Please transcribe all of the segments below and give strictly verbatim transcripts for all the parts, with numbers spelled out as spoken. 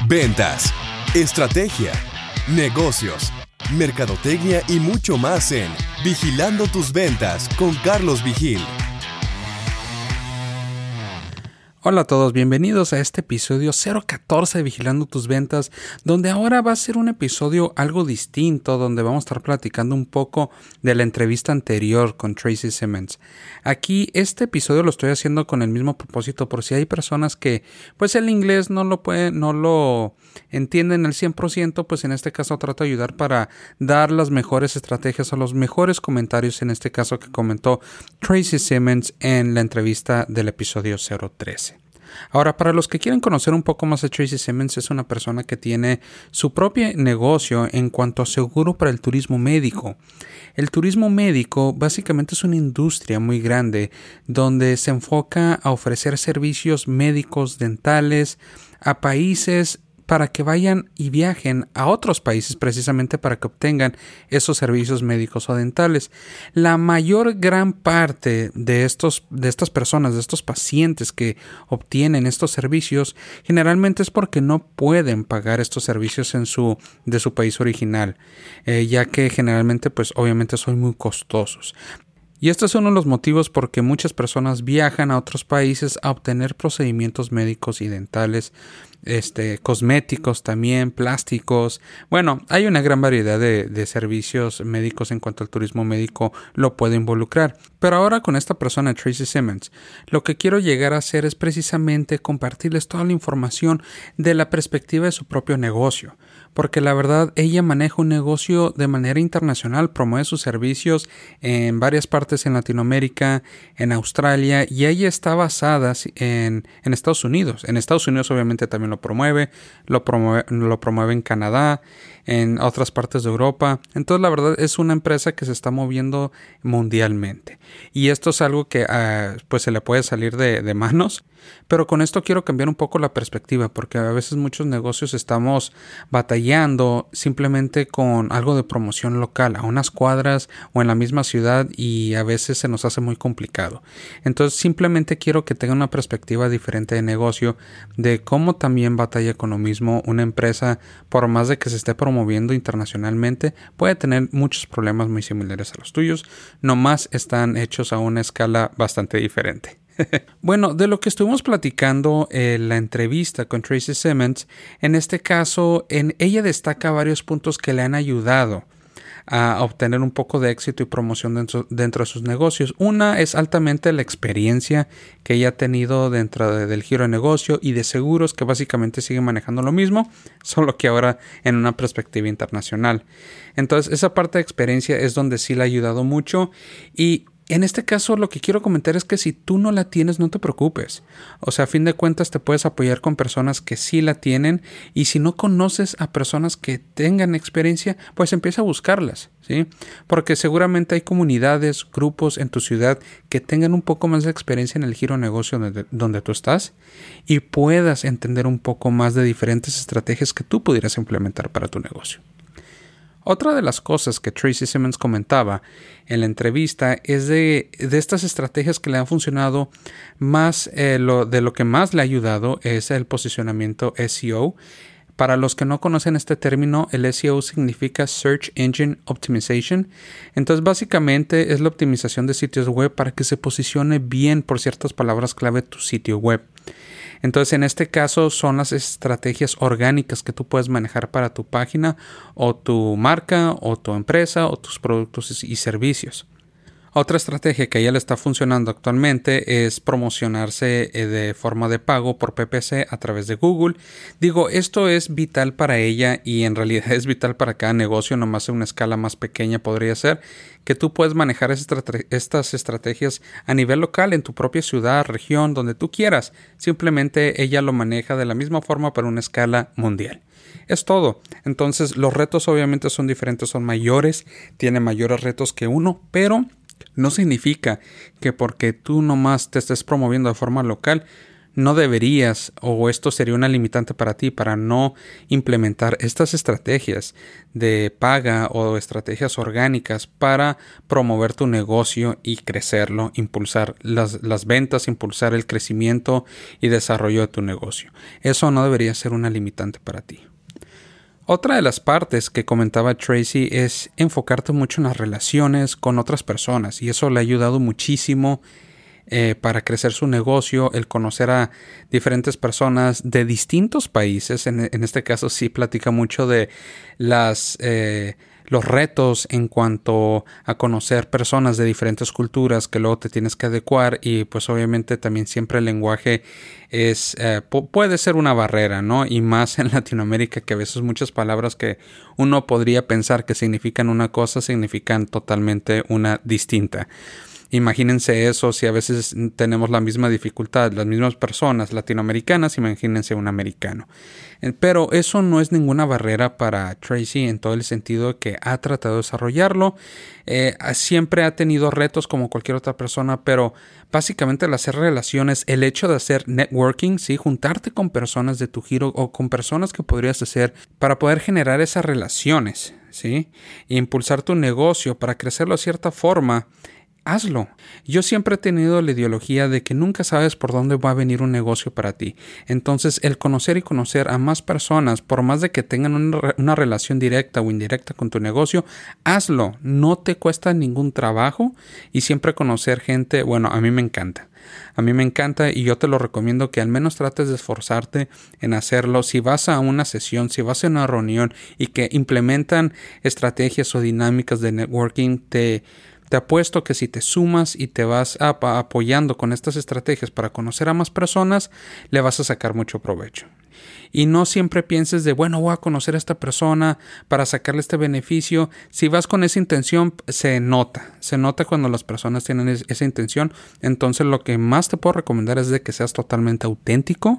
Ventas, estrategia, negocios, mercadotecnia y mucho más en Vigilando tus Ventas con Carlos Vigil. Hola a todos, bienvenidos a este episodio cero catorce de Vigilando tus Ventas, donde ahora va a ser un episodio algo distinto, donde vamos a estar platicando un poco de la entrevista anterior con Tracy Simmons. Aquí este episodio lo estoy haciendo con el mismo propósito, por si hay personas que pues el inglés no lo pueden, no lo entienden al cien por ciento, pues en este caso trato de ayudar para dar las mejores estrategias o los mejores comentarios, en este caso que comentó Tracy Simmons en la entrevista del episodio cero trece. Ahora, para los que quieren conocer un poco más de Tracy Simmons, es una persona que tiene su propio negocio en cuanto a seguro para el turismo médico. El turismo médico básicamente es una industria muy grande donde se enfoca a ofrecer servicios médicos dentales a países para que vayan y viajen a otros países precisamente para que obtengan esos servicios médicos o dentales. La mayor gran parte de estos, de estas personas, de estos pacientes que obtienen estos servicios, generalmente es porque no pueden pagar estos servicios en su, de su país original, eh, ya que generalmente, pues obviamente son muy costosos. Y este es uno de los motivos por que muchas personas viajan a otros países a obtener procedimientos médicos y dentales, este, cosméticos también, plásticos. Bueno, hay una gran variedad de, de servicios médicos en cuanto al turismo médico lo puede involucrar. Pero ahora con esta persona, Tracy Simmons, lo que quiero llegar a hacer es precisamente compartirles toda la información de la perspectiva de su propio negocio. Porque la verdad, ella maneja un negocio de manera internacional, promueve sus servicios en varias partes en Latinoamérica, en Australia, y ella está basada en, en Estados Unidos. En Estados Unidos obviamente también lo promueve, lo promueve, lo promueve en Canadá, en otras partes de Europa. Entonces la verdad es una empresa que se está moviendo mundialmente. Y esto es algo que uh, pues se le puede salir de, de manos. Pero con esto quiero cambiar un poco la perspectiva, porque a veces muchos negocios estamos batallando simplemente con algo de promoción local, a unas cuadras o en la misma ciudad, y a veces se nos hace muy complicado. Entonces simplemente quiero que tengan una perspectiva diferente de negocio, de cómo también batalla con lo mismo una empresa, por más de que se esté promoviendo internacionalmente, puede tener muchos problemas muy similares a los tuyos, nomás están hechos a una escala bastante diferente. Bueno, de lo que estuvimos platicando en la entrevista con Tracy Simmons, en este caso, en ella destaca varios puntos que le han ayudado a obtener un poco de éxito y promoción dentro, dentro de sus negocios. Una es altamente la experiencia que ella ha tenido dentro de, del giro de negocio y de seguros, que básicamente sigue manejando lo mismo, solo que ahora en una perspectiva internacional. Entonces, esa parte de experiencia es donde sí le ha ayudado mucho. Y en este caso lo que quiero comentar es que si tú no la tienes, no te preocupes. O sea, a fin de cuentas te puedes apoyar con personas que sí la tienen, y si no conoces a personas que tengan experiencia, pues empieza a buscarlas, ¿sí? Porque seguramente hay comunidades, grupos en tu ciudad que tengan un poco más de experiencia en el giro de negocio donde, donde tú estás, y puedas entender un poco más de diferentes estrategias que tú pudieras implementar para tu negocio. Otra de las cosas que Tracy Simmons comentaba en la entrevista es de, de estas estrategias que le han funcionado más, eh, lo, de lo que más le ha ayudado es el posicionamiento S E O. Para los que no conocen este término, el S E O significa Search Engine Optimization. Entonces, básicamente es la optimización de sitios web para que se posicione bien por ciertas palabras clave tu sitio web. Entonces, en este caso son las estrategias orgánicas que tú puedes manejar para tu página o tu marca o tu empresa o tus productos y servicios. Otra estrategia que a ella le está funcionando actualmente es promocionarse de forma de pago por P P C a través de Google. Digo, esto es vital para ella y en realidad es vital para cada negocio, nomás en una escala más pequeña podría ser, que tú puedes manejar estas estrategias a nivel local en tu propia ciudad, región, donde tú quieras. Simplemente ella lo maneja de la misma forma para una escala mundial. Es todo. Entonces los retos obviamente son diferentes, son mayores, tiene mayores retos que uno, pero no significa que porque tú nomás te estés promoviendo de forma local no deberías, o esto sería una limitante para ti, para no implementar estas estrategias de paga o estrategias orgánicas para promover tu negocio y crecerlo, impulsar las, las ventas, impulsar el crecimiento y desarrollo de tu negocio. Eso no debería ser una limitante para ti. Otra de las partes que comentaba Tracy es enfocarte mucho en las relaciones con otras personas, y eso le ha ayudado muchísimo eh, para crecer su negocio, el conocer a diferentes personas de distintos países. En, en este caso sí platica mucho de las eh, los retos en cuanto a conocer personas de diferentes culturas que luego te tienes que adecuar, y pues obviamente también siempre el lenguaje es eh, puede ser una barrera, ¿no? Y más en Latinoamérica, que a veces muchas palabras que uno podría pensar que significan una cosa significan totalmente una distinta. Imagínense eso, si a veces tenemos la misma dificultad, las mismas personas latinoamericanas, imagínense un americano. Pero eso no es ninguna barrera para Tracy, en todo el sentido que ha tratado de desarrollarlo. Eh, siempre ha tenido retos como cualquier otra persona, pero básicamente el hacer relaciones, el hecho de hacer networking, ¿sí? Juntarte con personas de tu giro o con personas que podrías hacer para poder generar esas relaciones, ¿sí? E impulsar tu negocio para crecerlo de cierta forma. Hazlo. Yo siempre he tenido la ideología de que nunca sabes por dónde va a venir un negocio para ti. Entonces, el conocer y conocer a más personas, por más de que tengan una, una relación directa o indirecta con tu negocio, hazlo. No te cuesta ningún trabajo, y siempre conocer gente, bueno, a mí me encanta. A mí me encanta y yo te lo recomiendo que al menos trates de esforzarte en hacerlo. Si vas a una sesión, si vas a una reunión y que implementan estrategias o dinámicas de networking, te... Te apuesto que si te sumas y te vas ap- apoyando con estas estrategias para conocer a más personas, le vas a sacar mucho provecho. Y no siempre pienses de, bueno, voy a conocer a esta persona para sacarle este beneficio. Si vas con esa intención, se nota. Se nota cuando las personas tienen es- esa intención. Entonces, lo que más te puedo recomendar es de que seas totalmente auténtico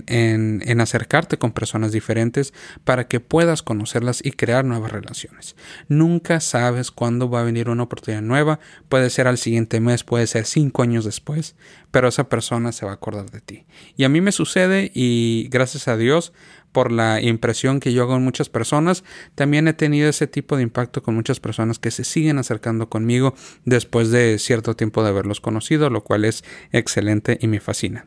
en, en acercarte con personas diferentes para que puedas conocerlas y crear nuevas relaciones. Nunca sabes cuándo va a venir una oportunidad nueva. Puede ser al siguiente mes, puede ser cinco años después, pero esa persona se va a acordar de ti. Y a mí me sucede, y gracias a Dios por la impresión que yo hago en muchas personas, también he tenido ese tipo de impacto con muchas personas que se siguen acercando conmigo después de cierto tiempo de haberlos conocido, lo cual es excelente y me fascina.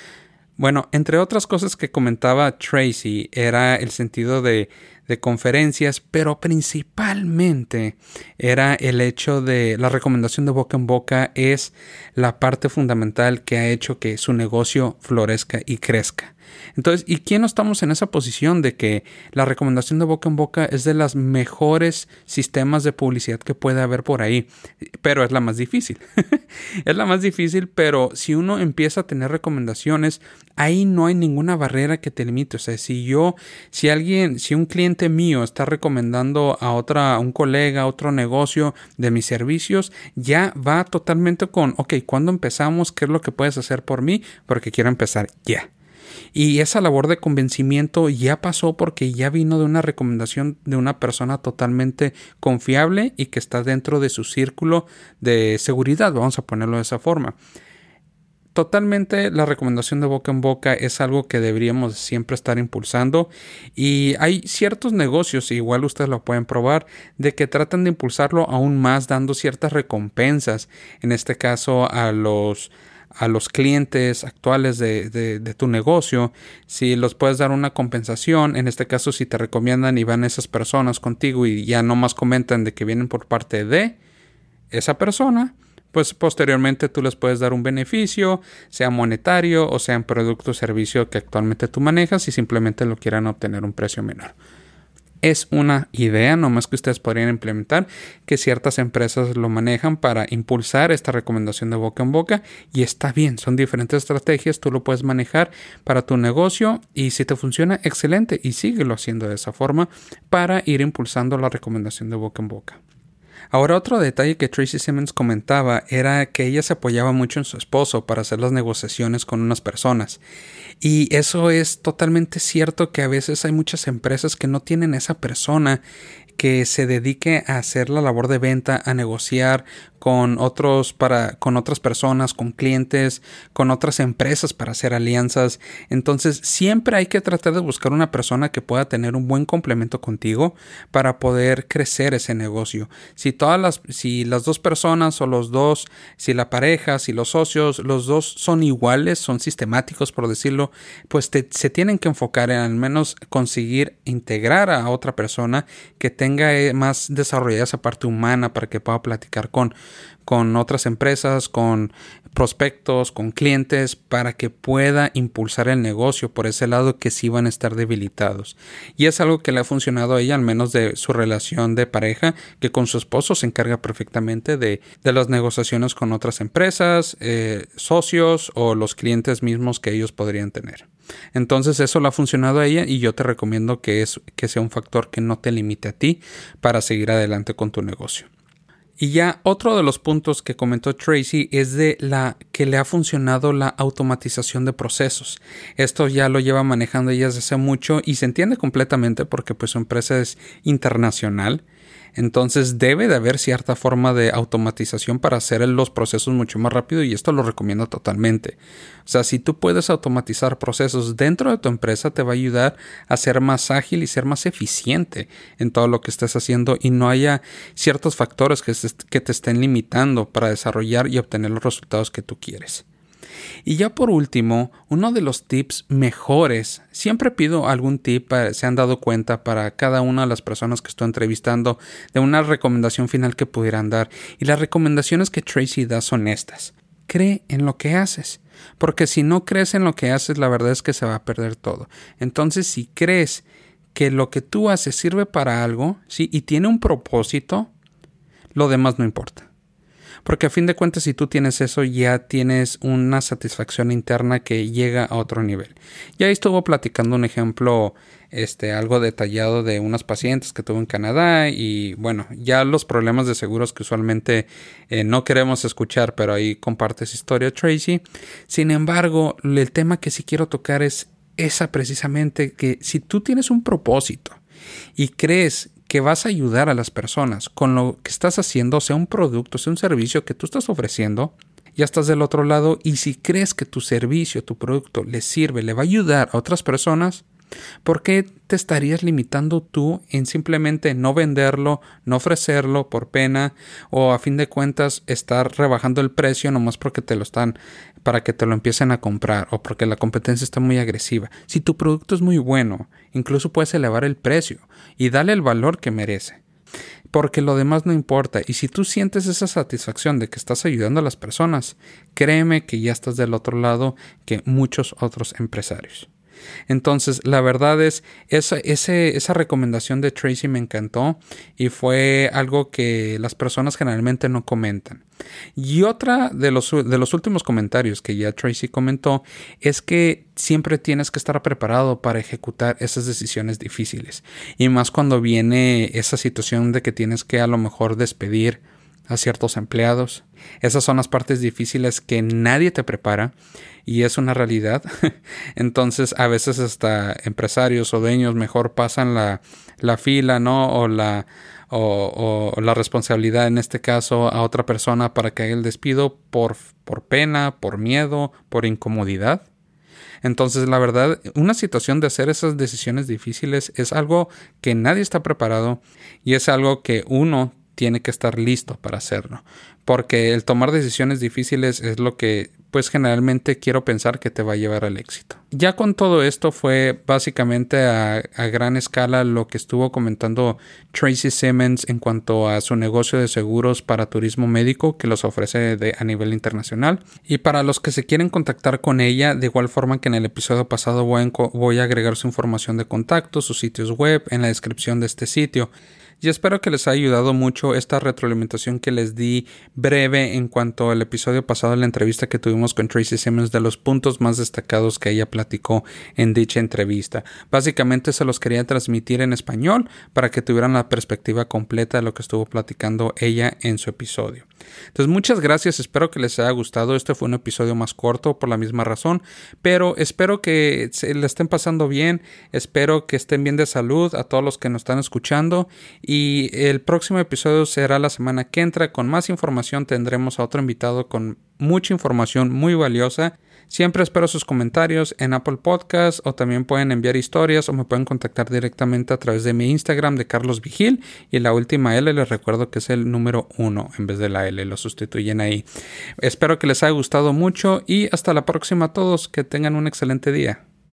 Bueno, entre otras cosas que comentaba Tracy era el sentido de, de conferencias, pero principalmente era el hecho de la recomendación de boca en boca es la parte fundamental que ha hecho que su negocio florezca y crezca. Entonces, ¿y quién no estamos en esa posición de que la recomendación de boca en boca es de las mejores sistemas de publicidad que puede haber por ahí? Pero es la más difícil. Es la más difícil, pero si uno empieza a tener recomendaciones, ahí no hay ninguna barrera que te limite. O sea, si yo, si alguien, si un cliente mío está recomendando a otra, a un colega, a otro negocio de mis servicios, ya va totalmente con, ok, ¿cuándo empezamos? ¿Qué es lo que puedes hacer por mí? Porque quiero empezar ya. Y esa labor de convencimiento ya pasó porque ya vino de una recomendación de una persona totalmente confiable y que está dentro de su círculo de seguridad, vamos a ponerlo de esa forma. Totalmente la recomendación de boca en boca es algo que deberíamos siempre estar impulsando, y hay ciertos negocios, igual ustedes lo pueden probar, de que tratan de impulsarlo aún más dando ciertas recompensas, en este caso a los a los clientes actuales de, de, de tu negocio. Si los puedes dar una compensación, en este caso si te recomiendan y van esas personas contigo y ya no más comentan de que vienen por parte de esa persona, pues posteriormente tú les puedes dar un beneficio, sea monetario o sea en producto o servicio que actualmente tú manejas y simplemente lo quieran obtener un precio menor. Es una idea nomás que ustedes podrían implementar, que ciertas empresas lo manejan para impulsar esta recomendación de boca en boca, y está bien, son diferentes estrategias, tú lo puedes manejar para tu negocio y si te funciona, excelente, y síguelo haciendo de esa forma para ir impulsando la recomendación de boca en boca. Ahora, otro detalle que Tracy Simmons comentaba era que ella se apoyaba mucho en su esposo para hacer las negociaciones con unas personas. Y eso es totalmente cierto, que a veces hay muchas empresas que no tienen esa persona que se dedique a hacer la labor de venta, a negociar con otros para con otras personas, con clientes, con otras empresas para hacer alianzas. Entonces, siempre hay que tratar de buscar una persona que pueda tener un buen complemento contigo para poder crecer ese negocio. Si todas las si las dos personas o los dos, si la pareja, si los socios, los dos son iguales, son sistemáticos por decirlo, pues te, se tienen que enfocar en al menos conseguir integrar a otra persona que tenga más desarrollada esa parte humana para que pueda platicar con con otras empresas, con prospectos, con clientes, para que pueda impulsar el negocio por ese lado que sí van a estar debilitados. Y es algo que le ha funcionado a ella, al menos de su relación de pareja, que con su esposo se encarga perfectamente de, de las negociaciones con otras empresas, eh, socios o los clientes mismos que ellos podrían tener. Entonces eso le ha funcionado a ella y yo te recomiendo que, es, que sea un factor que no te limite a ti para seguir adelante con tu negocio. Y ya otro de los puntos que comentó Tracy es de la que le ha funcionado la automatización de procesos. Esto ya lo lleva manejando ella desde hace mucho y se entiende completamente porque pues su empresa es internacional. Entonces debe de haber cierta forma de automatización para hacer los procesos mucho más rápido y esto lo recomiendo totalmente. O sea, si tú puedes automatizar procesos dentro de tu empresa te va a ayudar a ser más ágil y ser más eficiente en todo lo que estés haciendo y no haya ciertos factores que, que te estén limitando para desarrollar y obtener los resultados que tú quieres. Y ya por último, uno de los tips mejores, siempre pido algún tip, se han dado cuenta para cada una de las personas que estoy entrevistando de una recomendación final que pudieran dar. Y las recomendaciones que Tracy da son estas. Cree en lo que haces, porque si no crees en lo que haces, la verdad es que se va a perder todo. Entonces, si crees que lo que tú haces sirve para algo, ¿sí? Y tiene un propósito, lo demás no importa. Porque a fin de cuentas, si tú tienes eso, ya tienes una satisfacción interna que llega a otro nivel. Ya estuvo platicando un ejemplo este, algo detallado de unas pacientes que tuvo en Canadá y bueno, ya los problemas de seguros que usualmente eh, no queremos escuchar, pero ahí comparte esa historia Tracy. Sin embargo, el tema que sí quiero tocar es esa precisamente, que si tú tienes un propósito y crees que vas a ayudar a las personas con lo que estás haciendo, sea un producto, sea un servicio que tú estás ofreciendo, ya estás del otro lado. Y si crees que tu servicio, tu producto le sirve, le va a ayudar a otras personas, ¿por qué te estarías limitando tú en simplemente no venderlo, no ofrecerlo por pena o a fin de cuentas estar rebajando el precio nomás porque te lo están, para que te lo empiecen a comprar o porque la competencia está muy agresiva? Si tu producto es muy bueno, incluso puedes elevar el precio y darle el valor que merece, porque lo demás no importa. Y si tú sientes esa satisfacción de que estás ayudando a las personas, créeme que ya estás del otro lado que muchos otros empresarios. Entonces, la verdad es, esa, ese, esa recomendación de Tracy me encantó y fue algo que las personas generalmente no comentan. Y otra de los, de los últimos comentarios que ya Tracy comentó es que siempre tienes que estar preparado para ejecutar esas decisiones difíciles. Y más cuando viene esa situación de que tienes que a lo mejor despedir a ciertos empleados. Esas son las partes difíciles que nadie te prepara y es una realidad. Entonces a veces hasta empresarios o dueños mejor pasan la, la fila, ¿no? O la, o, o la responsabilidad en este caso a otra persona para que haga el despido por, por pena, por miedo, por incomodidad. Entonces, la verdad, una situación de hacer esas decisiones difíciles es algo que nadie está preparado y es algo que uno tiene que estar listo para hacerlo, porque el tomar decisiones difíciles es lo que pues generalmente quiero pensar que te va a llevar al éxito. Ya con todo esto fue básicamente a, a gran escala lo que estuvo comentando Tracy Simmons en cuanto a su negocio de seguros para turismo médico que los ofrece de, a nivel internacional. Y para los que se quieren contactar con ella, de igual forma que en el episodio pasado voy a, voy a agregar su información de contacto, sus sitios web en la descripción de este sitio. Y espero que les haya ayudado mucho esta retroalimentación que les di breve en cuanto al episodio pasado de la entrevista que tuvimos con Tracy Simmons, de los puntos más destacados que ella platicó en dicha entrevista. Básicamente se los quería transmitir en español para que tuvieran la perspectiva completa de lo que estuvo platicando ella en su episodio. Entonces, muchas gracias. Espero que les haya gustado. Este fue un episodio más corto por la misma razón, pero espero que se le estén pasando bien. Espero que estén bien de salud a todos los que nos están escuchando. Y el próximo episodio será la semana que entra. Con más información tendremos a otro invitado con mucha información muy valiosa. Siempre espero sus comentarios en Apple Podcasts, o también pueden enviar historias o me pueden contactar directamente a través de mi Instagram de Carlos Vigil, y la última L les recuerdo que es el número uno en vez de la L, lo sustituyen ahí. Espero que les haya gustado mucho y hasta la próxima a todos, que tengan un excelente día.